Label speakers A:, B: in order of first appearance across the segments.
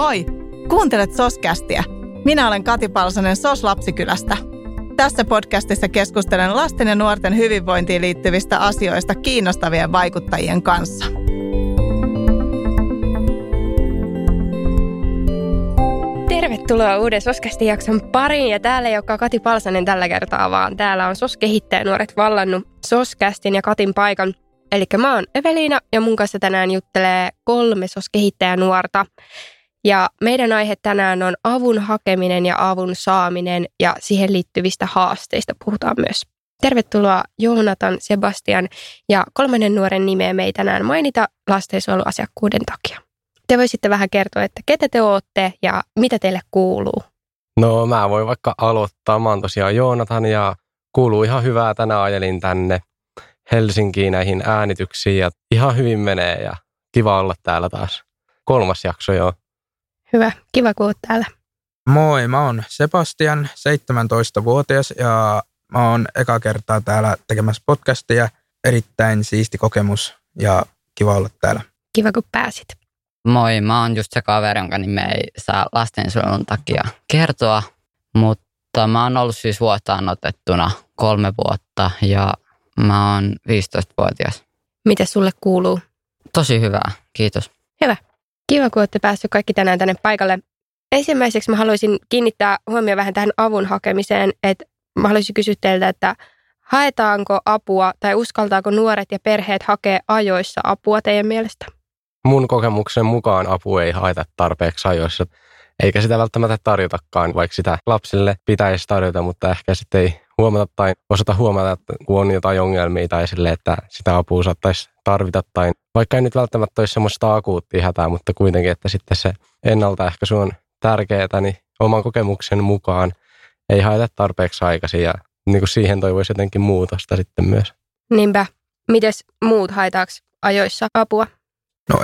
A: Moi! Kuuntelet SOS-kästiä. Minä olen Kati Palsanen SOS Lapsikylästä. Tässä podcastissa keskustelen lasten ja nuorten hyvinvointiin liittyvistä asioista kiinnostavien vaikuttajien kanssa.
B: Tervetuloa uuden SOS-kästin jakson pariin, ja täällä ei olekaan Kati Palsanen tällä kertaa, vaan täällä on SOS-kehittäjänuoret vallannut SOS-kästin ja Katin paikan. Eli mä oon Eveliina ja mun kanssa tänään juttelee 3 SOS-kehittäjänuorta. Ja meidän aihe tänään on avun hakeminen ja avun saaminen, ja siihen liittyvistä haasteista puhutaan myös. Tervetuloa Joonatan, Sebastian, ja 3. nuoren nimeä me ei tänään mainita lastensuojeluasiakkuuden takia. Te voisitte vähän kertoa, että ketä te ootte ja mitä teille kuuluu?
C: No mä voin vaikka aloittaa. Mä oon tosiaan Joonatan ja kuuluu ihan hyvää. Tänään ajelin tänne Helsinkiin näihin äänityksiin ja ihan hyvin menee ja kiva olla täällä taas. 3. jakso jo.
B: Hyvä, kiva kun oot täällä.
D: Moi, mä oon Sebastian, 17-vuotias ja mä oon eka kertaa täällä tekemässä podcastia. Erittäin siisti kokemus ja kiva olla täällä.
B: Kiva kun pääsit.
E: Moi, mä oon just se kaveri, jonka nimi ei saa lastensuojelun takia kertoa, mutta mä oon ollut siis huostaanotettuna 3 vuotta ja mä oon 15-vuotias.
B: Miten sulle kuuluu?
E: Tosi hyvää, kiitos.
B: Hyvä. Kiva, kun olette päässeet kaikki tänään tänne paikalle. Ensimmäiseksi mä haluaisin kiinnittää huomioon vähän tähän avun hakemiseen, että mä haluaisin kysyä teiltä, että haetaanko apua tai uskaltaako nuoret ja perheet hakea ajoissa apua teidän mielestä?
C: Mun kokemuksen mukaan apu ei haeta tarpeeksi ajoissa, eikä sitä välttämättä tarjotakaan, vaikka sitä lapsille pitäisi tarjota, mutta ehkä sitten ei huomata tai osata huomata, että kun on jotain ongelmia tai sille, että sitä apua saattaisi tarvita. Tai vaikka ei nyt välttämättä olisi semmoista akuuttia hätää, mutta kuitenkin, että sitten se ennaltaehkäisy on tärkeää, niin oman kokemuksen mukaan ei haeta tarpeeksi aikaisin ja niin kuin siihen toivoisi jotenkin muutosta sitten myös.
B: Niinpä. Mites muut haetaanko ajoissa apua?
D: No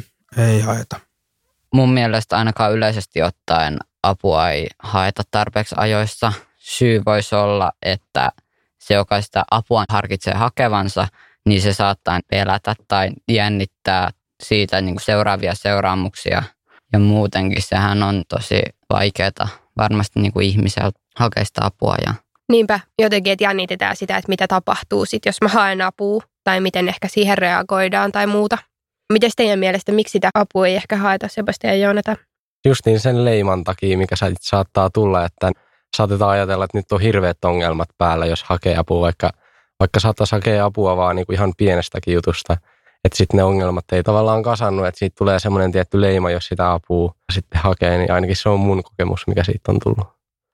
D: ei haeta.
E: Mun mielestä ainakaan yleisesti ottaen apua ei haeta tarpeeksi ajoissa. Syy voisi olla, että se, joka sitä apua harkitsee hakevansa, niin se saattaa pelätä tai jännittää siitä niin kuin seuraavia seuraamuksia. Ja muutenkin sehän on tosi vaikeaa varmasti niin kuin ihmiseltä hakea sitä apua.
B: Niinpä, jotenkin, että jännitetään sitä, että mitä tapahtuu sit, jos mä haen apua tai miten ehkä siihen reagoidaan tai muuta. Miten teidän mielestä, miksi sitä apua ei ehkä haeta, Sebastian ja Joonatan?
C: Justiin sen leiman takia, mikä saattaa tulla, että saatetaan ajatella, että nyt on hirveät ongelmat päällä, jos hakee apua, vaikka saattaisi hakea apua vaan niin kuin ihan pienestäkin jutusta. Että sitten ne ongelmat ei tavallaan kasannut, että siitä tulee semmoinen tietty leima, jos sitä apua sitten hakee, niin ainakin se on mun kokemus, mikä siitä on tullut.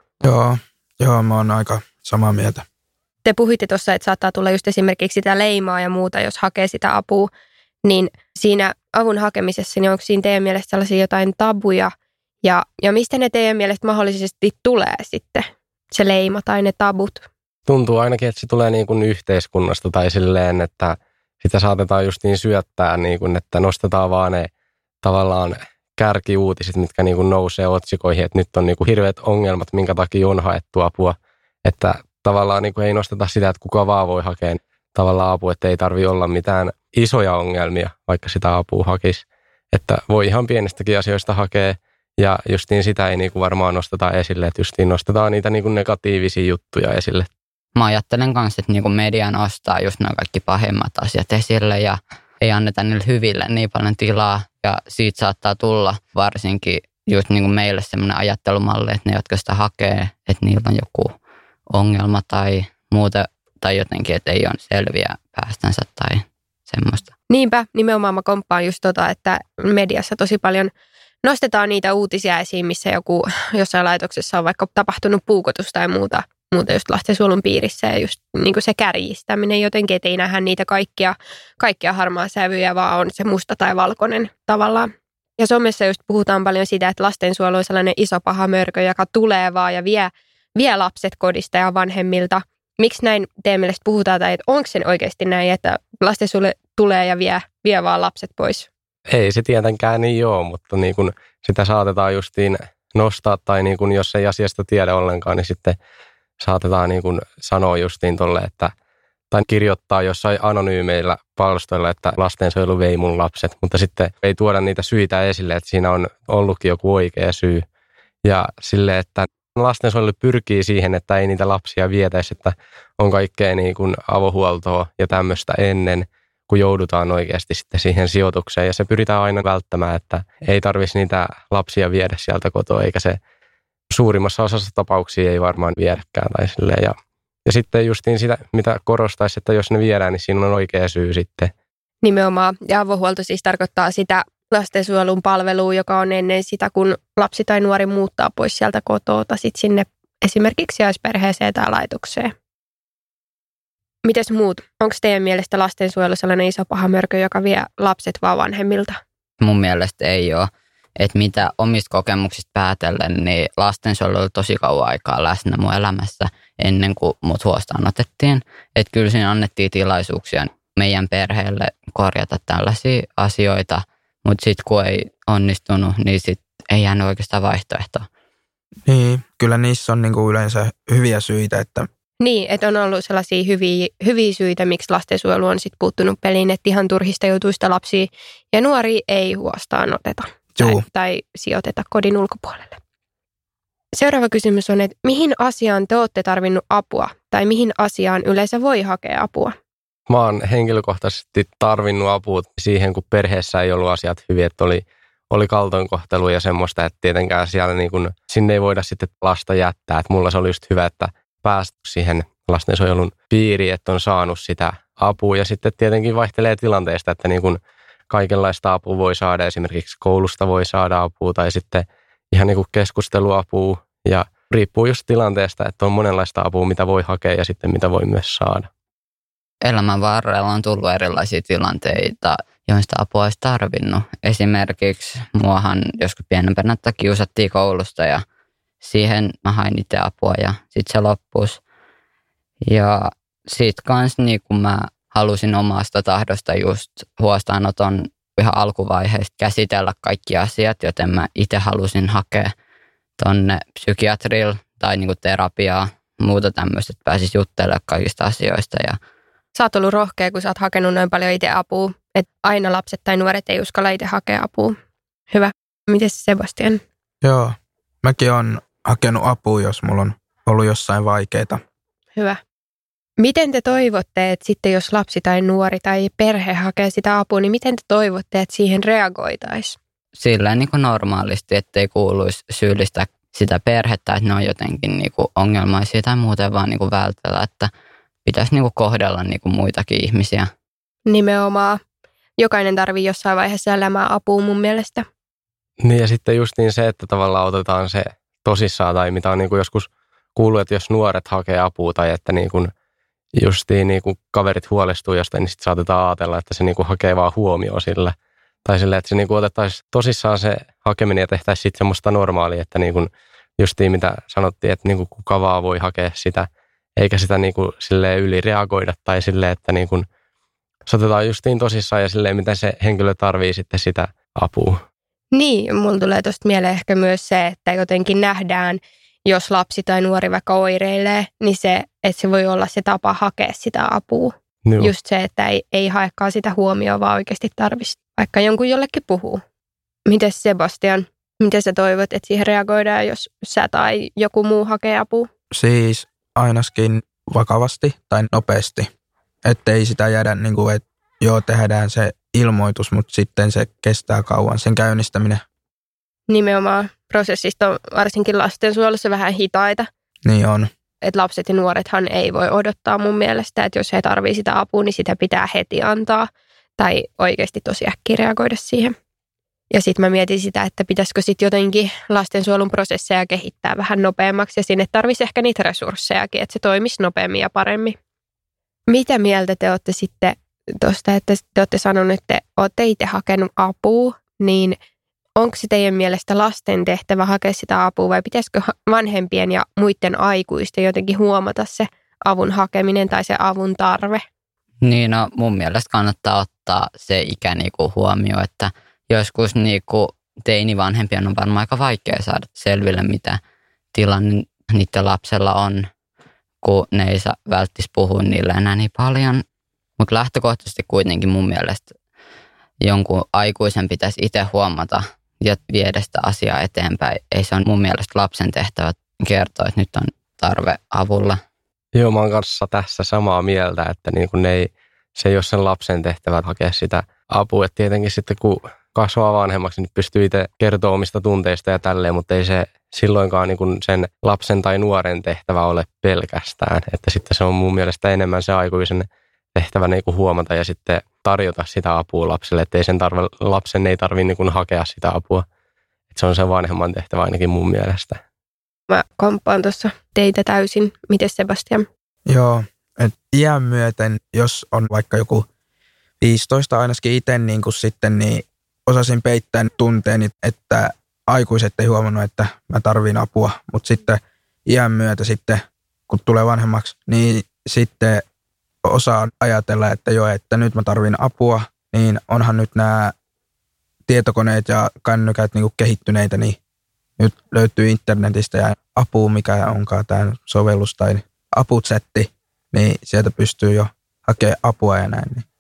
D: Joo, mä oon aika samaa mieltä.
B: Te puhuitte tuossa, että saattaa tulla just esimerkiksi sitä leimaa ja muuta, jos hakee sitä apua, niin siinä avun hakemisessa, niin onko siinä teidän mielestä sellaisia jotain tabuja ja mistä ne teidän mielestä mahdollisesti tulee sitten, se leima tai ne tabut?
C: Tuntuu ainakin, että se tulee niin kuin yhteiskunnasta tai silleen, että sitä saatetaan just niin syöttää, niin kuin, että nostetaan vaan ne tavallaan kärkiuutiset, mitkä niin kuin nousee otsikoihin, että nyt on niin kuin hirveät ongelmat, minkä takia on haettu apua. Että tavallaan niin kuin ei nosteta sitä, että kuka vaan voi hakea tavallaan apua, että ei tarvitse olla mitään isoja ongelmia, vaikka sitä apua hakisi. Että voi ihan pienistäkin asioista hakea ja justiin sitä ei niin kuin varmaan nosteta esille, että justiin nostetaan niitä niin kuin negatiivisia juttuja esille.
E: Mä ajattelen kanssa, että niin kuin media nostaa just nämä kaikki pahimmat asiat esille ja ei anneta niille hyville niin paljon tilaa. Ja siitä saattaa tulla varsinkin just niin kuin meille semmoinen ajattelumalli, että ne, jotka sitä hakee, että niillä on joku ongelma tai muuta, tai jotenkin, että ei ole selviä päästänsä tai semmoista.
B: Niinpä, nimenomaan mä komppaan just että mediassa tosi paljon nostetaan niitä uutisia esiin, missä jossain laitoksessa on vaikka tapahtunut puukotus tai muuta just lastensuojelun piirissä ja just niin kuin se kärjistäminen jotenkin, että ei nähdä niitä kaikkia harmaa sävyjä, vaan on se musta tai valkoinen tavallaan. Ja somessa just puhutaan paljon siitä, että lastensuojelu on sellainen iso paha mörkö, joka tulee vaan ja vie lapset kodista ja vanhemmilta. Miksi näin teidän mielestä puhutaan, tai että onko se oikeasti näin, että lastensuojelu tulee ja vie vaan lapset pois?
C: Ei se tietenkään niin ole, mutta niin kun sitä saatetaan justiin nostaa, tai niin kun jos ei asiasta tiedä ollenkaan, niin sitten saatetaan niin kun sanoa justiin tolle, että tai kirjoittaa jossain anonyymeillä palstoilla, että lastensuojelu vei mun lapset, mutta sitten ei tuoda niitä syitä esille, että siinä on ollutkin joku oikea syy. Ja sille, että lastensuojelu pyrkii siihen, että ei niitä lapsia vietäisi, että on kaikkea niin kuin avohuoltoa ja tämmöistä ennen, kun joudutaan oikeasti sitten siihen sijoitukseen. Ja se pyritään aina välttämään, että ei tarvitsisi niitä lapsia viedä sieltä kotoa, eikä se suurimmassa osassa tapauksia ei varmaan viedäkään. Tai silleen. Ja sitten justiin sitä, mitä korostaisi, että jos ne viedään, niin siinä on oikea syy sitten.
B: Nimenomaan. Ja avohuolto siis tarkoittaa sitä lastensuojelun palvelua, joka on ennen sitä, kun lapsi tai nuori muuttaa pois sieltä kotoa sit sinne esimerkiksi sijaisperheeseen tai laitokseen. Mites muut? Onko teidän mielestä lastensuojelu sellainen iso paha mörkö, joka vie lapset vaan vanhemmilta?
E: Mun mielestä ei ole. Että mitä omista kokemuksista päätellen, niin lastensuojelu oli tosi kauan aikaa läsnä mun elämässä ennen kuin mut huostaan otettiin. Että kyllä siinä annettiin tilaisuuksia meidän perheelle korjata tällaisia asioita, mutta sitten kun ei onnistunut, niin sitten ei jäänyt oikeastaan vaihtoehtoa.
D: Niin, kyllä niissä on niinku yleensä hyviä syitä, että
B: Niin, että on ollut sellaisia hyviä syitä, miksi lastensuojelu on sitten puuttunut peliin, että ihan turhista jutuista lapsia ja nuoria ei huostaan oteta tai sijoiteta kodin ulkopuolelle. Seuraava kysymys on, että mihin asiaan te olette tarvinnut apua tai mihin asiaan yleensä voi hakea apua?
C: Mä oon henkilökohtaisesti tarvinnut apua siihen, kun perheessä ei ollut asiat hyviä, että oli kaltoinkohtelu ja semmoista, että tietenkään siellä niin kun, sinne ei voida sitten lasta jättää. Että mulla se oli just hyvä, että päästä siihen lastensuojelun piiriin, että on saanut sitä apua. Ja sitten tietenkin vaihtelee tilanteesta, että niin kun kaikenlaista apua voi saada. Esimerkiksi koulusta voi saada apua tai sitten ihan niin kuin keskusteluapua. Ja riippuu just tilanteesta, että on monenlaista apua, mitä voi hakea ja sitten mitä voi myös saada.
E: Elämän varrella on tullut erilaisia tilanteita, joihin sitä apua olisi tarvinnut. Esimerkiksi muahan joskus pienempänä kiusattiin koulusta ja siihen mä hain itse apua ja sitten se loppuisi. Ja sitten kanssa niin kun mä halusin omasta tahdosta just huostaanoton ihan alkuvaiheesta käsitellä kaikki asiat, joten mä itse halusin hakea tonne psykiatrille tai niin kuin terapiaa, muuta tämmöistä, että pääsis juttelemaan kaikista asioista. Ja
B: sä oot ollut rohkea, kun sä oot hakenut noin paljon itse apua, että aina lapset tai nuoret ei uskalla itse hakea apua. Hyvä. Mites Sebastian?
D: Joo, mäkin oon hakenut apua, jos mulla on ollut jossain vaikeita.
B: Hyvä. Miten te toivotte, että sitten jos lapsi tai nuori tai perhe hakee sitä apua, niin miten te toivotte, että siihen reagoitaisiin?
E: Silleen niin kuin normaalisti, ettei kuuluisi syyllistää sitä perhettä, että ne on jotenkin niin kuin ongelmaisia tai muuten vaan niin kuin vältellä, että pitäisi niin kuin kohdella niin kuin muitakin ihmisiä.
B: Nimenomaan. Jokainen tarvii jossain vaiheessa elämää apua mun mielestä.
C: Niin ja sitten just niin se, että tavallaan otetaan se tosissaan tai mitä on niin kuin joskus kuullut, että jos nuoret hakee apua tai että niin kuin justiin niin kuin kaverit huolestuu jostain, niin sitten saatetaan ajatella, että se niin kuin hakee vaan huomioon sillä. Tai sille, että se niin kuin otettaisiin tosissaan se hakeminen ja tehtäisiin sitten semmoista normaalia, että niin kuin justiin mitä sanottiin, että niin kuin kuka vaan voi hakea sitä, eikä sitä niin kuin silleen ylireagoida tai silleen, että niin kuin se otetaan justiin tosissaan ja silleen, miten se henkilö tarvii sitten sitä apua.
B: Niin, mulla tulee tuosta mieleen ehkä myös se, että jotenkin nähdään, jos lapsi tai nuori vaikka oireilee, niin se, että se voi olla se tapa hakea sitä apua. Joo. Just se, että ei haekaan sitä huomioon, vaan oikeasti tarvitsisi vaikka jonkun jollekin puhuu. Mites Sebastian, miten sä toivot, että siihen reagoidaan, jos sä tai joku muu hakee apua?
D: Siis ainakin vakavasti tai nopeasti. Ettei sitä jäädä niin kuin, että joo, tehdään se ilmoitus, mutta sitten se kestää kauan, sen käynnistäminen.
B: Nimenomaan prosessista on varsinkin lastensuojelussa vähän hitaita.
D: Niin on.
B: Että lapset ja nuorethan ei voi odottaa mun mielestä, että jos he tarvii sitä apua, niin sitä pitää heti antaa. Tai oikeasti tosi äkkiä reagoida siihen. Ja sitten mä mietin sitä, että pitäisikö sitten jotenkin lastensuojelun prosesseja kehittää vähän nopeammaksi. Ja sinne tarvisi ehkä niitä resurssejakin, että se toimisi nopeammin ja paremmin. Mitä mieltä te olette sitten tuosta, että te olette sanonut, että te olette itse hakenut apua, niin onko se teidän mielestä lasten tehtävä hakea sitä apua vai pitäisikö vanhempien ja muiden aikuisten jotenkin huomata se avun hakeminen tai se avun tarve?
E: Niin, no mun mielestä kannattaa ottaa se ikä niinku huomioon, että joskus niinku teinivanhempien on varmaan aika vaikea saada selville, mitä tilanne niiden lapsella on, kun ne ei välttis puhua niille enää niin paljon. Mutta lähtökohtaisesti kuitenkin mun mielestä jonkun aikuisen pitäisi itse huomata ja viedä sitä asiaa eteenpäin. Ei se ole mun mielestä lapsen tehtävä kertoa, että nyt on tarve avulla.
C: Joo, mä oon kanssa tässä samaa mieltä, että niin kun se ei ole sen lapsen tehtävä hakea sitä apua. Et tietenkin sitten kun kasvaa vanhemmaksi, niin pystyy itse kertoa omista tunteista ja tälleen, mutta ei se silloinkaan niin kun sen lapsen tai nuoren tehtävä ole pelkästään. Että sitten se on mun mielestä enemmän se aikuisen tehtävä niin kun huomata ja sitten tarjota sitä apua lapselle. Että lapsen ei tarvitse niin kun hakea sitä apua. Että se on se vanhemman tehtävä ainakin mun mielestä.
B: Mä komppaan tuossa teitä täysin. Mites Sebastian?
D: Joo, että iän myöten, jos on vaikka joku 15 ainakin itse niin kuin sitten, niin osasin peittää tunteeni, että aikuiset ei huomannut, että mä tarviin apua. Mutta sitten iän myötä sitten, kun tulee vanhemmaksi, niin sitten osaan ajatella, että joo, että nyt mä tarviin apua, niin onhan nyt nämä tietokoneet ja kännykät niin kuin kehittyneitä, niin nyt löytyy internetistä ja apua, mikä onkaan tämä sovellus tai apuchatti, niin sieltä pystyy jo hakemaan apua ja näin. Niin.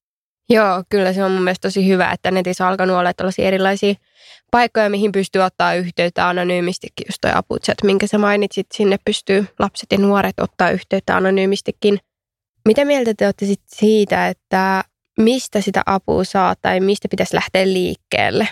B: Joo, kyllä se on mun mielestä tosi hyvä, että netissä on alkanut olla tällaisia erilaisia paikkoja, mihin pystyy ottaa yhteyttä anonyymistikin, just toi apuchat, minkä sä mainitsit, sinne pystyy lapset ja nuoret ottaa yhteyttä anonyymistikin. Mitä mieltä te olette sitten siitä, että mistä sitä apua saa tai mistä pitäisi lähteä liikkeelle?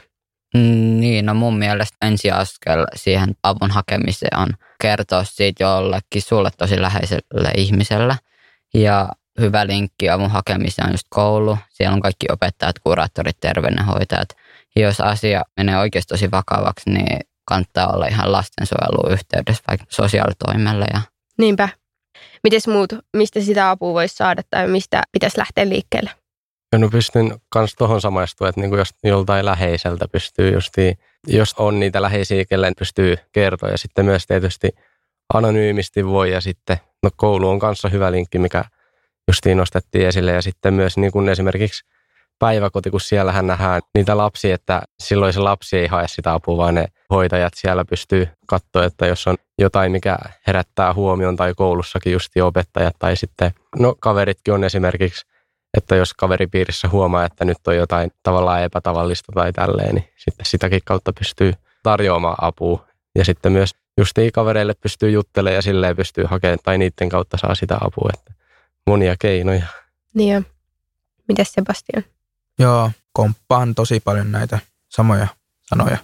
E: Niin, no mun mielestä ensiaskel siihen avun hakemiseen on kertoa siitä jollekin sulle tosi läheiselle ihmiselle. Ja hyvä linkki avun hakemiseen on just koulu. Siellä on kaikki opettajat, kuraattorit, terveydenhoitajat. Ja jos asia menee oikeasti tosi vakavaksi, niin kannattaa olla ihan lastensuojeluun yhteydessä vaikka sosiaalitoimelle.
B: Niinpä. Mites muut, mistä sitä apua voisi saada tai mistä pitäisi lähteä liikkeelle?
C: No pystyn myös tuohon samaistua, että niin jos joltain läheiseltä pystyy justiin, jos on niitä läheisiä, kelle pystyy kertoa ja sitten myös tietysti anonyymisti voi ja sitten no koulu on kanssa hyvä linkki, mikä justiin nostettiin esille ja sitten myös niin kuin esimerkiksi päiväkoti, kun siellähän nähdään niitä lapsia, että silloin se lapsi ei hae sitä apua, vaan ne hoitajat siellä pystyy katsoa, että jos on jotain, mikä herättää huomion tai koulussakin justiin opettajat tai sitten no kaveritkin on esimerkiksi, että jos kaveripiirissä huomaa, että nyt on jotain tavallaan epätavallista tai tälleen, niin sitten sitäkin kautta pystyy tarjoamaan apua. Ja sitten myös justiin kavereille pystyy juttelemaan ja silleen pystyy hakemaan tai niiden kautta saa sitä apua. Että monia keinoja.
B: Niin jo. Mitäs Sebastian?
D: Joo, komppaan tosi paljon näitä samoja sanoja.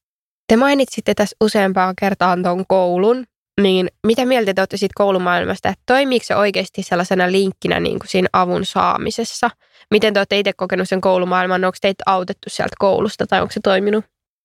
B: Te mainitsitte tässä useampaan kertaan tuon koulun. Niin mitä mieltä te olette siitä koulumaailmasta, että toimiiko se oikeasti sellaisena linkkinä niin kuin siinä avun saamisessa? Miten te olette itse kokenut sen koulumaailman? Onko teitä autettu sieltä koulusta tai onko se toiminut?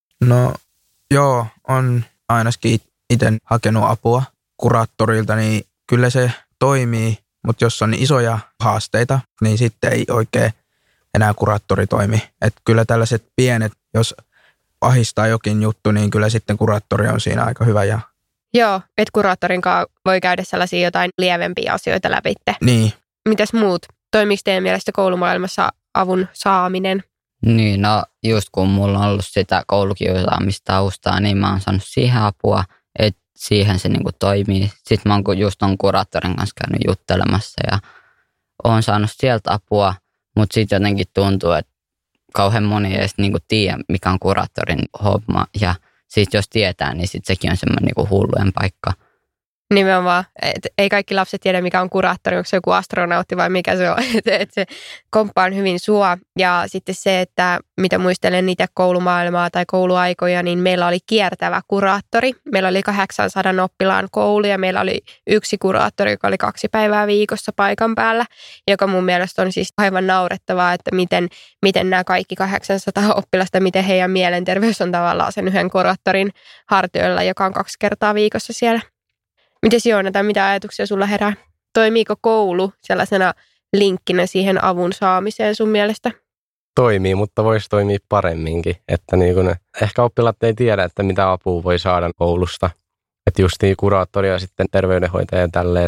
D: No joo, on ainakin itse hakenut apua kuraattorilta, niin kyllä se toimii. Mutta jos on isoja haasteita, niin sitten ei oikein enää kuraattori toimi. Että kyllä tällaiset pienet, jos ahistaa jokin juttu, niin kyllä sitten kuraattori on siinä aika hyvä ja
B: joo, että kuraattorin kanssa voi käydä sellaisia jotain lievempiä asioita läpi.
D: Niin.
B: Mitäs muut? Toimiiko teidän mielestä koulumaailmassa avun saaminen?
E: Niin, no just kun mulla on ollut sitä koulukiusaamistaustaa, niin mä oon saanut siihen apua, että siihen se niinku toimii. Sitten mä oon just ton kuraattorin kanssa käynyt juttelemassa ja oon saanut sieltä apua, mutta sitten jotenkin tuntuu, että kauhean moni ei edes niinku tiedä, mikä on kuraattorin homma ja sitten jos tietää, niin sitten sekin on semmoinen niinku hullujen paikka.
B: Nimenomaan. Ei kaikki lapset tiedä, mikä on kuraattori, onko se joku astronautti vai mikä se on. Se komppaa on hyvin sua. Ja sitten se, että mitä muistelen niitä koulumaailmaa tai kouluaikoja, niin meillä oli kiertävä kuraattori. Meillä oli 800 oppilaan koulu ja meillä oli yksi kuraattori, joka oli 2 päivää viikossa paikan päällä, joka mun mielestä on siis aivan naurettavaa, että miten nämä kaikki 800 oppilasta, miten heidän mielenterveys on tavallaan sen yhden kuraattorin hartioilla, joka on 2 kertaa viikossa siellä. Mites Joonatan, mitä ajatuksia sulla herää? Toimiiko koulu sellaisena linkkinä siihen avun saamiseen sun mielestä?
C: Toimii, mutta voisi toimia paremminkin. Että niin kun, ehkä oppilaat ei tiedä, että mitä apua voi saada koulusta. Että justiin kuraattori ja sitten terveydenhoitaja tälle,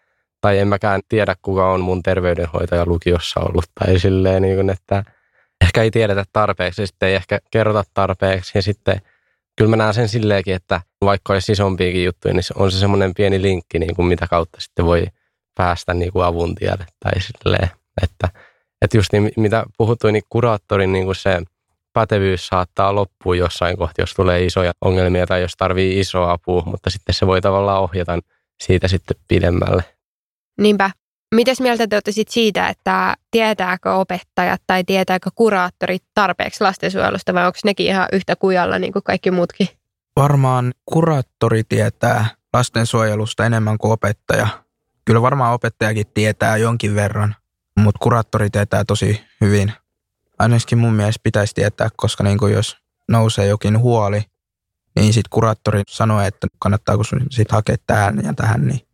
C: tai en mäkään tiedä, kuka on mun terveydenhoitaja lukiossa ollut. Tai silleen, niin kun, että ehkä ei tiedetä tarpeeksi, sitten ei ehkä kerrota tarpeeksi ja sitten kyllä mä näen sen silleenkin, että vaikka olisi isompiakin juttuja, niin on se semmoinen pieni linkki, niin kuin mitä kautta sitten voi päästä niin kuin avun tielle tai silleen, että just niin, mitä puhuttiin, niin kuraattorin niin kuin se pätevyys saattaa loppua jossain kohti, jos tulee isoja ongelmia tai jos tarvii isoa apua, mutta sitten se voi tavallaan ohjata siitä sitten pidemmälle.
B: Niinpä. Mitäs mieltä te olette sit siitä, että tietääkö opettajat tai tietääkö kuraattorit tarpeeksi lastensuojelusta vai onko nekin ihan yhtä kujalla niin kuin kaikki muutkin?
D: Varmaan kuraattori tietää lastensuojelusta enemmän kuin opettaja. Kyllä varmaan opettajakin tietää jonkin verran, mutta kuraattori tietää tosi hyvin. Ainakin mun mielestä pitäisi tietää, koska niin kuin jos nousee jokin huoli, niin sitten kuraattori sanoo, että kannattaako sun sitten hakea tähän ja tähän. Niin.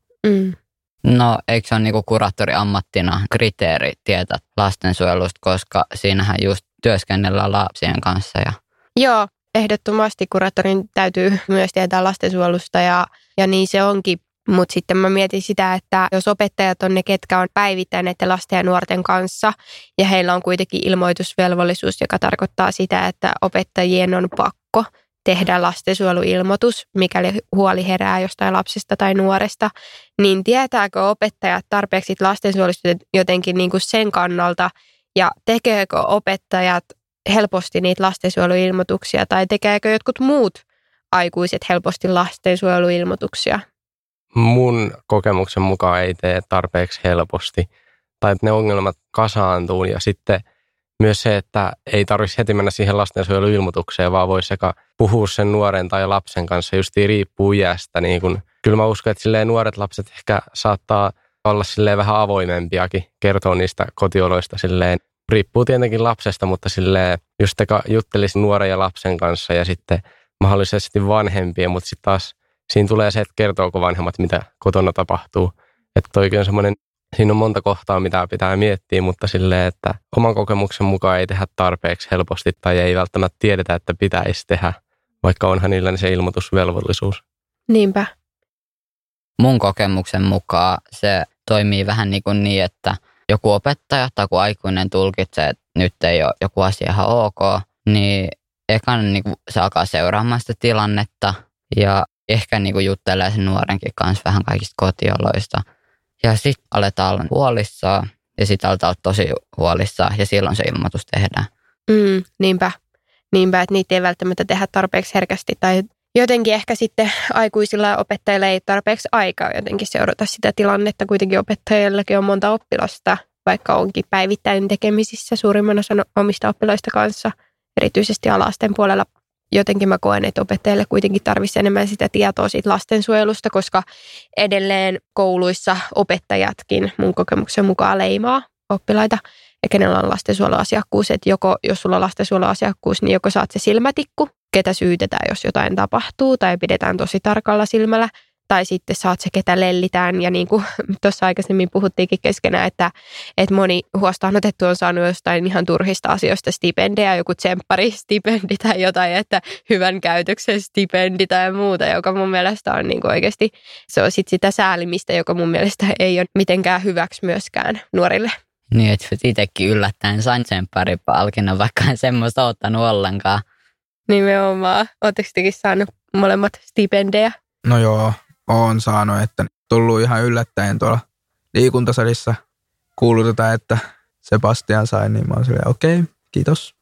E: No eikö se ole niinku kuraattori ammattina kriteeri tietää lastensuojelusta, koska siinähän just työskennellään lapsien kanssa.
B: Joo, ehdottomasti kuraattorin täytyy myös tietää lastensuojelusta ja niin se onkin. Mutta sitten mä mietin sitä, että jos opettajat on ne, ketkä on päivittäin näiden lasten ja nuorten kanssa ja heillä on kuitenkin ilmoitusvelvollisuus, joka tarkoittaa sitä, että opettajien on pakko tehdä lastensuojeluilmoitus, mikäli huoli herää jostain lapsesta tai nuoresta, niin tietääkö opettajat tarpeeksi lastensuojelusta jotenkin niin kuin sen kannalta ja tekeekö opettajat helposti niitä lastensuojeluilmoituksia tai tekeekö jotkut muut aikuiset helposti lastensuojeluilmoituksia?
C: Mun kokemuksen mukaan ei tee tarpeeksi helposti tai että ne ongelmat kasaantuu ja sitten myös se, että ei tarvitsisi heti mennä siihen lastensuojeluilmoitukseen, vaan voisi sekä puhua sen nuoren tai lapsen kanssa, justiin riippuu iästä. Niin kun, kyllä mä uskon, että silleen nuoret lapset ehkä saattaa olla silleen vähän avoimempiakin, kertoa niistä kotioloista silleen. Riippuu tietenkin lapsesta, mutta silleen just juttelisi nuoren ja lapsen kanssa ja sitten mahdollisesti vanhempien, mutta sitten taas siinä tulee se, että kertooko vanhemmat, mitä kotona tapahtuu. Että toikin on semmoinen, siinä on monta kohtaa, mitä pitää miettiä, mutta silleen, että oman kokemuksen mukaan ei tehdä tarpeeksi helposti tai ei välttämättä tiedetä, että pitäisi tehdä, vaikka onhan niillä se ilmoitusvelvollisuus.
B: Niinpä.
E: Mun kokemuksen mukaan se toimii vähän niin, että joku opettaja tai joku aikuinen tulkitsee, että nyt ei ole joku asia ihan ok, niin ekan niin se alkaa seuraamaan sitä tilannetta ja ehkä niin juttelee sen nuorenkin kanssa vähän kaikista kotioloista. Ja sitten aletaan olla huolissaan ja sitten aletaan olla tosi huolissaan ja silloin se ilmoitus tehdään.
B: Niinpä, että niitä ei välttämättä tehdä tarpeeksi herkästi tai jotenkin ehkä sitten aikuisilla ja opettajilla ei tarpeeksi aikaa jotenkin seurata sitä tilannetta. Kuitenkin opettajillakin on monta oppilasta, vaikka onkin päivittäin tekemisissä suurimman osan omista oppilaista kanssa, erityisesti alasten puolella. Jotenkin mä koen, että opettajille kuitenkin tarvitsisi enemmän sitä tietoa siitä lastensuojelusta, koska edelleen kouluissa opettajatkin mun kokemuksen mukaan leimaa oppilaita. Ja kenellä on lastensuojeluasiakkuus, että jos sulla on lastensuojeluasiakkuus, niin joko saat se silmätikku, ketä syytetään, jos jotain tapahtuu tai pidetään tosi tarkalla silmällä, tai sitten saat se, ketä lellitään. Ja niin kuin tuossa aikaisemmin puhuttiinkin keskenään, että moni huostaanotettu on saanut jostain ihan turhista asioista stipendejä, joku tsempparistipendi tai jotain, että hyvän käytöksen stipendi tai muuta, joka mun mielestä on niin kuin oikeasti, se on sitten sitä säälimistä, joka mun mielestä ei ole mitenkään hyväksi myöskään nuorille.
E: Niin, että itsekin yllättäen sain tsempparipalkinnon, vaikka en semmoista ottanut ollenkaan.
B: Nimenomaan. Oletteko tekin saanut molemmat stipendejä?
D: No joo, oon saanut, että tullut ihan yllättäen tuolla liikuntasalissa kuulutetaan, että Sebastian sai, niin mä oon silleen, okei, kiitos.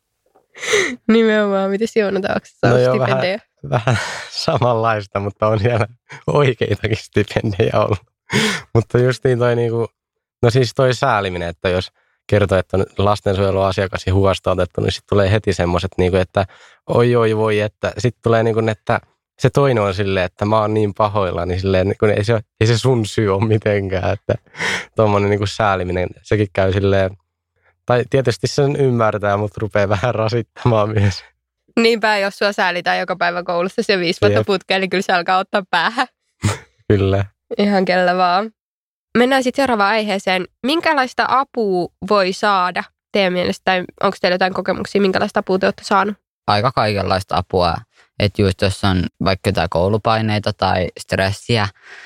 B: Nimenomaan, miten Joonata, onko saanut stipendejä?
C: Vähän samanlaista, mutta on siellä oikeitakin stipendejä ollut. Mutta justiin toi niinku, no siis toi sääliminen, että jos kertoo, että on lastensuojeluasiakas ja huostaanotettu, niin sitten tulee heti semmoiset, niinku, että oi voi, että sitten tulee niinku, että se toinen on silleen, että mä oon niin pahoilla, niin silleen, niin ei se sun syy ole mitenkään, että tuommoinen niin kuin sääliminen, sekin käy silleen, tai tietysti sen ymmärtää, mutta rupeaa vähän rasittamaan myös.
B: Niinpä, jos sua säälitään joka päivä koulussa se 5 vuotta putkeen, niin kyllä se alkaa ottaa päähän.
C: Kyllä.
B: Ihan kellä vaan. Mennään sitten seuraavaan aiheeseen. Minkälaista apua voi saada teidän mielestä, tai onko teillä jotain kokemuksia, minkälaista apua te olette saanut?
E: Aika kaikenlaista apua. Että just jos on vaikka jotain koulupaineita tai stressiä,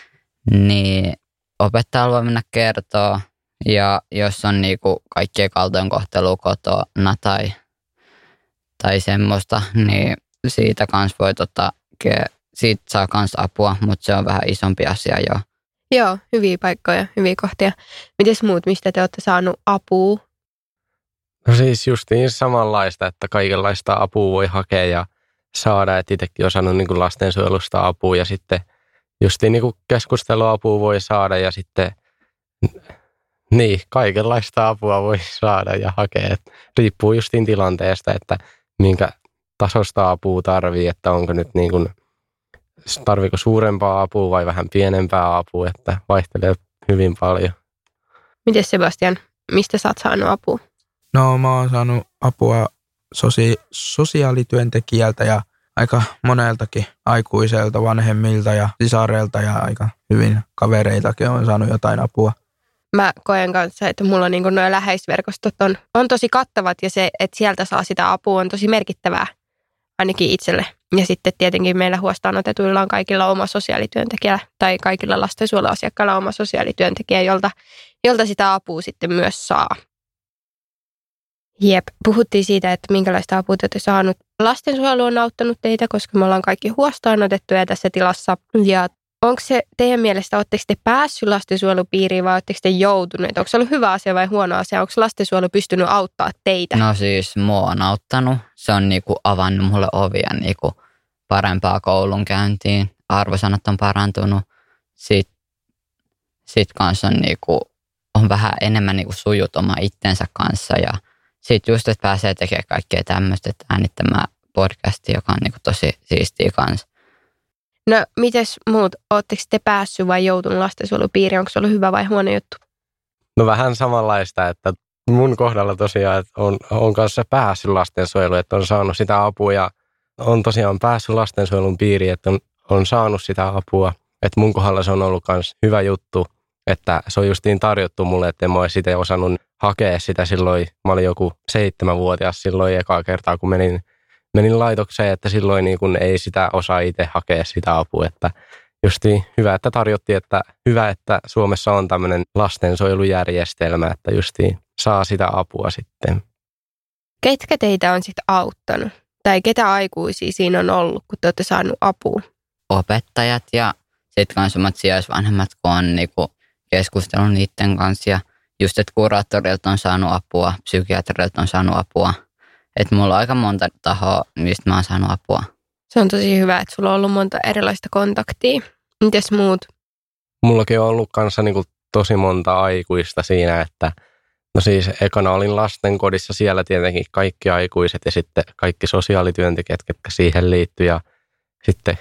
E: niin opettaja voi mennä kertoa. Ja jos on niinku kaikkien kaltoinkohtelua kotona tai semmoista, niin siitä kans voi siitä saa kans apua, mutta se on vähän isompi asia jo.
B: Joo, hyviä paikkoja, hyviä kohtia. Mites muut, mistä te olette saanut apua?
C: No siis justiin samanlaista, että kaikenlaista apua voi hakea ja saada, että itsekin on saanut niin kuin lastensuojelusta apua ja sitten justiin niin kuin keskusteluapua voi saada ja sitten niin, kaikenlaista apua voi saada ja hakea. Et riippuu justiin tilanteesta, että minkä tasosta apua tarvii, että onko nyt niin kuin, tarviiko suurempaa apua vai vähän pienempää apua, että vaihtelee hyvin paljon.
B: Mites Sebastian, mistä sä oot saanut apua?
D: No mä oon saanut apua sosiaalityöntekijältä ja aika moneltakin aikuiselta, vanhemmilta ja sisareilta ja aika hyvin kavereiltakin on saanut jotain apua.
B: Mä koen kanssa, että mulla niin nuo läheisverkostot on tosi kattavat ja se, että sieltä saa sitä apua on tosi merkittävää ainakin itselle. Ja sitten tietenkin meillä huostaanotetuilla on kaikilla oma sosiaalityöntekijä tai kaikilla lastensuojeluasiakkailla oma sosiaalityöntekijä, jolta sitä apua sitten myös saa. Jep, puhuttiin siitä, että minkälaista apua te olette saanut. Lastensuojelu on auttanut teitä, koska me ollaan kaikki huostaanotettuja tässä tilassa. Ja onko se teidän mielestä, oletteko te päässyt lastensuojelupiiriin vai oletteko te joutuneet? Onko se ollut hyvä asia vai huono asia? Onko lastensuojelu pystynyt auttaa teitä?
E: No siis mua on auttanut. Se on niinku avannut mulle ovia niinku parempaa koulunkäyntiin. Arvosanat on parantunut. Sitten kanssa on, niinku, on vähän enemmän niinku sujut oma itsensä kanssa ja sitten just, että pääsee tekemään kaikkea tämmöistä, että äänittämään podcastia, joka on niinku tosi siistiä kanssa.
B: No, mites muut? Oletteko te päässyt vai joutunut lastensuojelupiiriin? Onko se ollut hyvä vai huono juttu?
C: No vähän samanlaista, että mun kohdalla tosiaan että on kanssa päässyt lastensuojeluun, että on saanut sitä apua ja on tosiaan päässyt lastensuojelun piiriin, että on saanut sitä apua. Että mun kohdalla se on ollut myös hyvä juttu, että se on justiin tarjottu mulle, että en mä olisi itse osannut hakea sitä silloin. Mä olin joku 7-vuotias silloin ekaa kertaa, kun menin laitokseen, että silloin niin kun ei sitä osaa itse hakea sitä apua. Että justiin hyvä, että tarjottiin, että hyvä, että Suomessa on tämmöinen lastensuojelujärjestelmä, että justiin saa sitä apua sitten.
B: Ketkä teitä on sitten auttanut? Tai ketä aikuisia siinä on ollut, kun te olette saanut apua?
E: Opettajat ja sitten myös omat sijaisvanhemmat, kun on niinku keskustellut niiden kanssa. Ja just, että kuraattorilta on saanut apua, psykiatrilta on saanut apua. Että mulla on aika monta tahoa, mistä mä oon saanut apua.
B: Se on tosi hyvä, että sulla on ollut monta erilaista kontaktia. Mites muut?
C: Mullakin on ollut kanssa niin kuin tosi monta aikuista siinä, että no siis ekana olin lastenkodissa, siellä tietenkin kaikki aikuiset ja sitten kaikki sosiaalityöntekijät, ketkä siihen liittyy. Ja sitten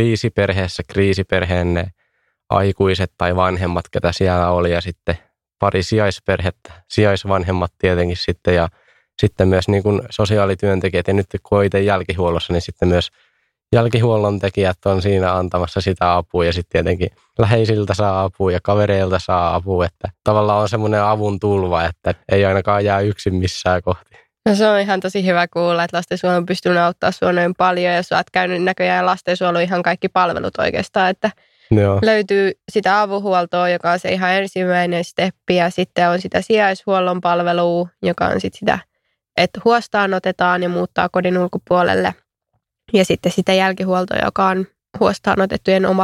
C: kriisiperheen ne aikuiset tai vanhemmat, ketä siellä oli ja sitten pari sijaisperhettä, sijaisvanhemmat tietenkin sitten ja sitten myös niin kuin sosiaalityöntekijät ja nyt kun on itse jälkihuollossa, niin sitten myös jälkihuollon tekijät on siinä antamassa sitä apua ja sitten tietenkin läheisiltä saa apua ja kavereilta saa apua, että tavallaan on semmoinen avun tulva, että ei ainakaan jää yksin missään kohti.
B: No se on ihan tosi hyvä kuulla, että lastensuojelu on pystynyt auttaa sinua noin paljon ja sä oot käynyt näköjään lastensuojelu ihan kaikki palvelut oikeastaan, että joo. Löytyy sitä avuhuoltoa, joka on se ihan ensimmäinen steppi ja sitten on sitä sijaishuollon palvelua, joka on sitten sitä, että huostaanotetaan ja muuttaa kodin ulkopuolelle. Ja sitten sitä jälkihuoltoa, joka on huostaanotettujen oma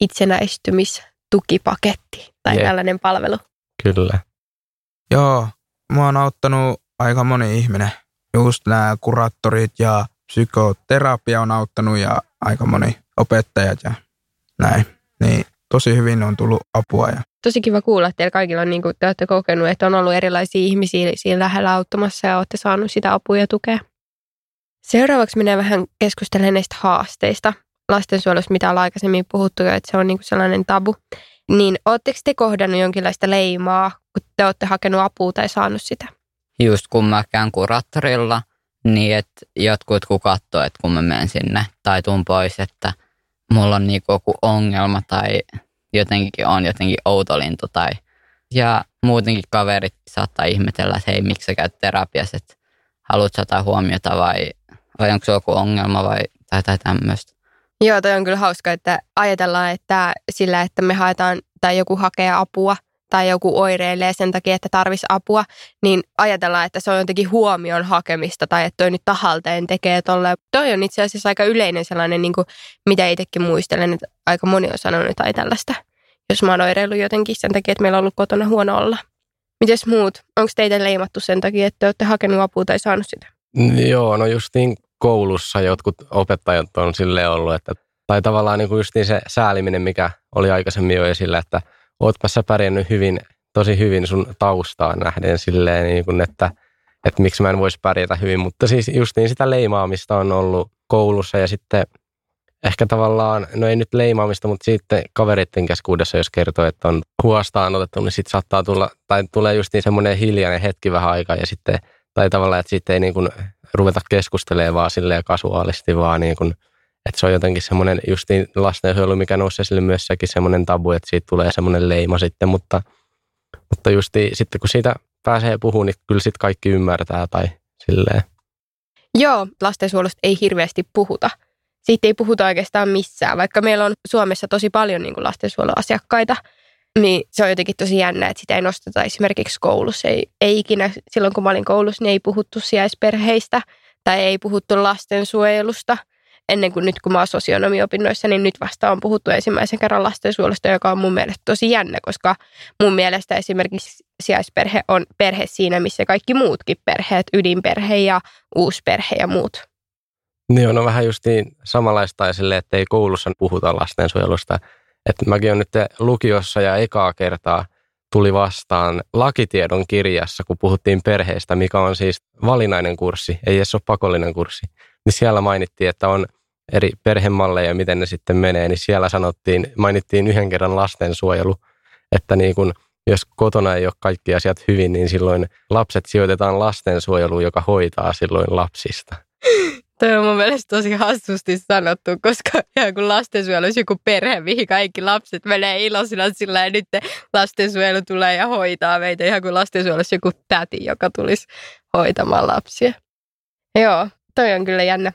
B: itsenäistymistukipaketti tai tällainen palvelu.
C: Kyllä.
D: Joo, mua on auttanut aika moni ihminen. Just nämä kuraattorit ja psykoterapia on auttanut ja aika moni opettajat ja näin. Niin tosi hyvin on tullut apua. Ja
B: tosi kiva kuulla, että teillä kaikilla on, niin kuin te olette kokenut, että on ollut erilaisia ihmisiä siinä lähellä auttamassa ja olette saanut sitä apua ja tukea. Seuraavaksi minä vähän keskustelen näistä haasteista. Lastensuojelussa, mitä ollaan aikaisemmin puhuttu jo, että se on niin kuin sellainen tabu. Niin ootteko te kohdannut jonkinlaista leimaa, kun te olette hakenut apua tai saanut sitä?
E: Just kun mä käyn kuraattorilla, niin että jotkut kun katsoo, että kun mä menen sinne tai tuun pois, että mulla on niin joku ongelma tai jotenkin on jotenkin outolintu ja muutenkin kaverit saattaa ihmetellä, että hei, miksi sä käyt terapiassa, että haluatko jotain huomiota vai onko se joku ongelma vai tai tämmöistä.
B: Joo, toi on kyllä hauska, että ajatellaan, että sillä, että me haetaan tai joku hakee apua, tai joku oireilee sen takia, että tarvisi apua, niin ajatellaan, että se on jotenkin huomion hakemista tai että toi nyt tahalteen tekee tolleen. Toi on itse asiassa aika yleinen sellainen, niin kuin, mitä itsekin muistelen, että aika moni on sanonut tai tällaista, jos mä oon oireillut jotenkin sen takia, että meillä on ollut kotona huono olla. Mites muut? Onko teitä leimattu sen takia, että te olette hakenut apua tai saanut sitä?
C: Joo, no justiin koulussa jotkut opettajat on silleen ollut, että tai tavallaan niin kuin justiin se sääliminen, mikä oli aikaisemmin jo esillä, että ootpa sä pärjännyt hyvin, tosi hyvin sun taustaan nähden silleen, niin kuin, että miksi mä en voisi pärjätä hyvin. Mutta siis justiin sitä leimaamista on ollut koulussa ja sitten ehkä tavallaan, no ei nyt leimaamista, mutta sitten kavereiden keskuudessa, jos kertoo, että on huostaan otettu, niin sitten saattaa tulla, tai tulee justiin semmoinen hiljainen hetki vähän aikaa ja sitten, tai tavallaan, että sitten ei niin kuin ruveta keskustelemaan vaan silleen kasuaalisti, vaan niin kuin, että se on jotenkin semmoinen justiin lastensuojelu, mikä nousee sille myös sekin semmoinen tabu, että siitä tulee semmoinen leima sitten, mutta justiin sitten kun siitä pääsee puhumaan, niin kyllä sitten kaikki ymmärtää tai silleen.
B: Joo, lastensuojelusta ei hirveästi puhuta. Siitä ei puhuta oikeastaan missään, vaikka meillä on Suomessa tosi paljon niin kuin lastensuojeluasiakkaita, niin se on jotenkin tosi jännä, että sitä ei nosteta esimerkiksi koulussa. Ei ikinä, silloin kun mä olin koulussa, niin ei puhuttu sijaisperheistä tai ei puhuttu lastensuojelusta. Ennen kuin nyt, kun mä oon sosionomiopinnoissa, niin nyt vasta on puhuttu ensimmäisen kerran lastensuojelusta, joka on mun mielestä tosi jännä, koska mun mielestä esimerkiksi sijaisperhe on perhe siinä, missä kaikki muutkin perheet, ydinperhe ja uusperhe ja muut.
C: Niin on vähän justiin samanlaista silleen, että ei koulussa puhuta lastensuojelusta. Että mäkin olen nyt lukiossa ja ekaa kertaa tuli vastaan lakitiedon kirjassa, kun puhuttiin perheestä, mikä on siis valinnainen kurssi, ei edes ole pakollinen kurssi. Niin siellä mainittiin, että on eri perhemalleja, miten ne sitten menee, niin siellä mainittiin yhden kerran lastensuojelu, että niin kun, jos kotona ei ole kaikki asiat hyvin, niin silloin lapset sijoitetaan lastensuojeluun, joka hoitaa silloin lapsista.
B: Toi on mun mielestä tosi hassusti sanottu, koska ihan kun lastensuojelu olisi joku perhe, mihin kaikki lapset menee iloisina sillä ja nyt lastensuojelu tulee ja hoitaa meitä, ihan kun lastensuojelu olisi joku täti, joka tulisi hoitamaan lapsia. Joo, toi on kyllä jännä.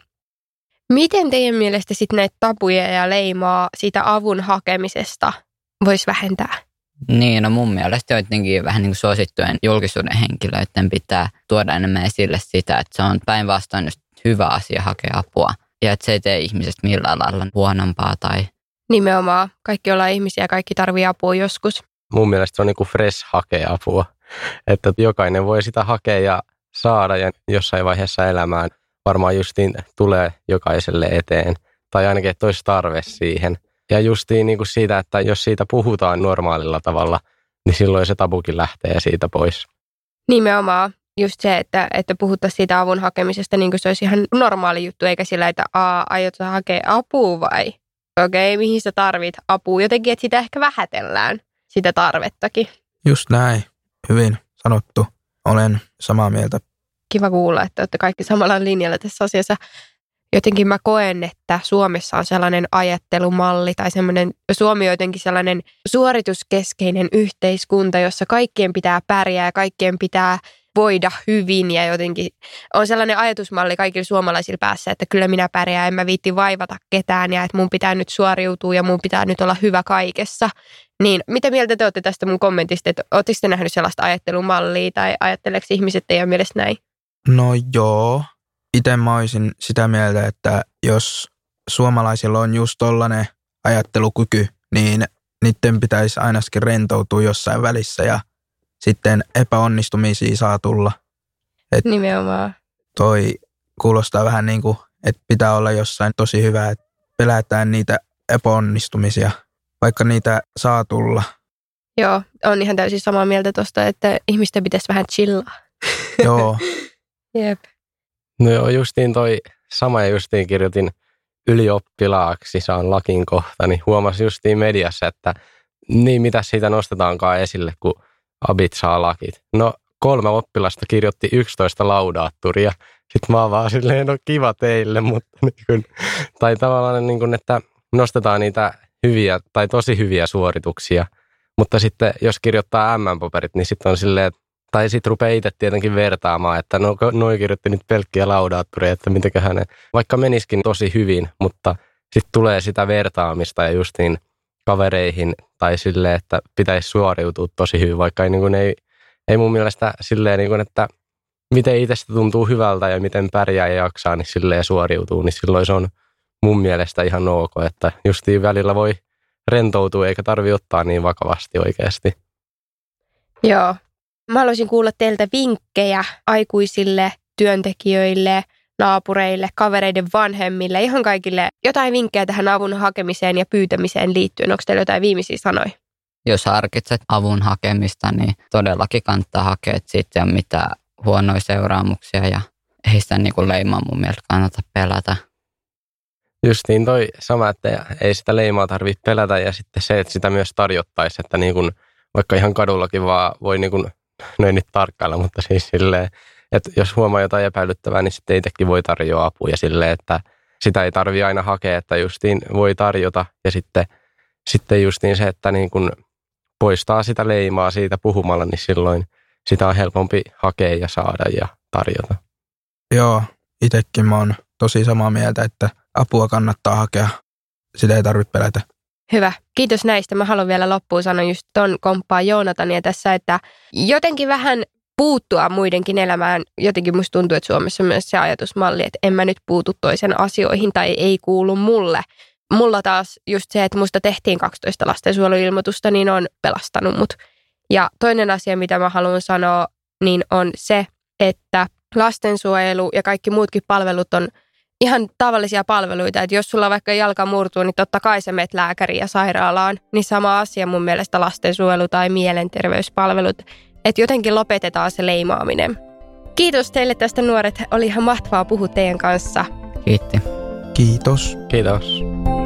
B: Miten teidän mielestä sitten näitä tabuja ja leimaa siitä avun hakemisesta voisi vähentää?
E: Niin, no mun mielestä jotenkin vähän niin kuin suosittujen julkisuuden henkilöiden pitää tuoda enemmän esille sitä, että se on päinvastoin just hyvä asia hakea apua ja että se ei tee ihmisestä millään lailla huonompaa tai...
B: Nimenomaan. Kaikki ollaan ihmisiä ja kaikki tarvii apua joskus.
C: Mun mielestä se on niin kuin fresh hakea apua, että jokainen voi sitä hakea ja saada ja jossain vaiheessa elämään varmaan justiin tulee jokaiselle eteen tai ainakin, että olisi tarve siihen. Ja justiin niin kuin siitä, että jos siitä puhutaan normaalilla tavalla, niin silloin se tabukin lähtee siitä pois.
B: Nimenomaan. Just se, että puhuttaisiin siitä avun hakemisesta niin kuin se olisi ihan normaali juttu, eikä sillä, että aiot sä hakea apua vai? Okei, mihin sä tarvit apua? Jotenkin, että sitä ehkä vähätellään, sitä tarvettakin.
D: Just näin. Hyvin sanottu. Olen samaa mieltä.
B: Kiva kuulla, että olette kaikki samalla linjalla tässä asiassa. Jotenkin mä koen, että Suomessa on sellainen ajattelumalli tai Suomi on jotenkin sellainen suorituskeskeinen yhteiskunta, jossa kaikkien pitää pärjää ja kaikkien pitää voida hyvin ja jotenkin on sellainen ajatusmalli kaikilla suomalaisilla päässä, että kyllä minä pärjään, en mä viitti vaivata ketään ja että mun pitää nyt suoriutua ja mun pitää nyt olla hyvä kaikessa. Niin mitä mieltä te olette tästä mun kommentista, että ootteko te nähnyt sellaista ajattelumallia tai ajatteleeko ihmiset teidän mielestä näin?
D: No joo. Itse mä olisin sitä mieltä, että jos suomalaisilla on just tollainen ajattelukyky, niin niiden pitäisi ainakin rentoutua jossain välissä ja sitten epäonnistumisia saa tulla.
B: Nimenomaan.
D: Toi kuulostaa vähän niin kuin, että pitää olla jossain tosi hyvä, että pelätään niitä epäonnistumisia, vaikka niitä saa tulla.
B: Joo, on ihan täysin samaa mieltä tuosta, että ihmisten pitäisi vähän chillaa.
D: Joo.
B: Jep.
C: No joo, justiin toi sama ja justiin kirjoitin ylioppilaaksi, saan lakin kohta, niin huomasin justiin mediassa, että niin mitä siitä nostetaankaan esille, kun abit saa lakit. No 3 oppilasta kirjoitti 11 laudaatturia. Sitten mä oon vaan silleen, no kiva teille, mutta niin kun, tai tavallaan niin kun, että nostetaan niitä hyviä tai tosi hyviä suorituksia, mutta sitten jos kirjoittaa M-paperit, niin sitten on silleen, tai sitten rupeaa itse tietenkin vertaamaan, että no noi kirjoitti nyt pelkkiä laudaattureja, että mitäköhän ne, vaikka menisikin tosi hyvin, mutta sitten tulee sitä vertaamista ja justiin kavereihin tai silleen, että pitäisi suoriutua tosi hyvin, vaikka ei mun mielestä silleen, niin kuin, että miten itsestä tuntuu hyvältä ja miten pärjää ja jaksaa, niin silleen suoriutuu, niin silloin se on mun mielestä ihan ok, että justiin välillä voi rentoutua eikä tarvitse ottaa niin vakavasti oikeasti.
B: Joo. Mä haluaisin kuulla teiltä vinkkejä aikuisille, työntekijöille, naapureille, kavereiden vanhemmille, ihan kaikille jotain vinkkejä tähän avun hakemiseen ja pyytämiseen liittyen. Onko teillä jotain viimeisiä sanoja?
E: Jos harkitset avun hakemista, niin todellakin kannattaa hakea, että siitä ei ole mitään huonoja seuraamuksia ja ei sitä niin kuin leimaa mun mielestä kannata pelätä.
C: Justiin toi sama, että ei sitä leimaa tarvitse pelätä ja sitten se, että sitä myös tarjottaisiin, että niin kuin, vaikka ihan kadullakin vaan voi niin kuin, no ei nyt tarkkailla, mutta siis silleen, että jos huomaa jotain epäilyttävää, niin sitten itsekin voi tarjoa apua ja silleen, että sitä ei tarvitse aina hakea, että justiin voi tarjota ja sitten justiin se, että niin kuin poistaa sitä leimaa siitä puhumalla, niin silloin sitä on helpompi hakea ja saada ja tarjota.
D: Joo, itsekin mä oon tosi samaa mieltä, että apua kannattaa hakea. Sitä ei tarvitse pelätä.
B: Hyvä. Kiitos näistä. Mä haluan vielä loppuun sanoa just ton komppaa Joonatania tässä, että jotenkin vähän puuttua muidenkin elämään. Jotenkin musta tuntuu, että Suomessa on myös se ajatusmalli, että en mä nyt puutu toisen asioihin tai ei kuulu mulle. Mulla taas just se, että musta tehtiin 12 lastensuojeluilmoitusta, niin on pelastanut mut. Ja toinen asia, mitä mä haluan sanoa, niin on se, että lastensuojelu ja kaikki muutkin palvelut on ihan tavallisia palveluita. Että jos sulla vaikka jalka murtuu, niin totta kai sä menet lääkäriin ja sairaalaan. Niin sama asia mun mielestä lastensuojelu tai mielenterveyspalvelut. Että jotenkin lopetetaan se leimaaminen. Kiitos teille tästä nuoret. Oli ihan mahtavaa puhua teidän kanssa.
E: Kiitti.
D: Kiitos.
C: Kiitos.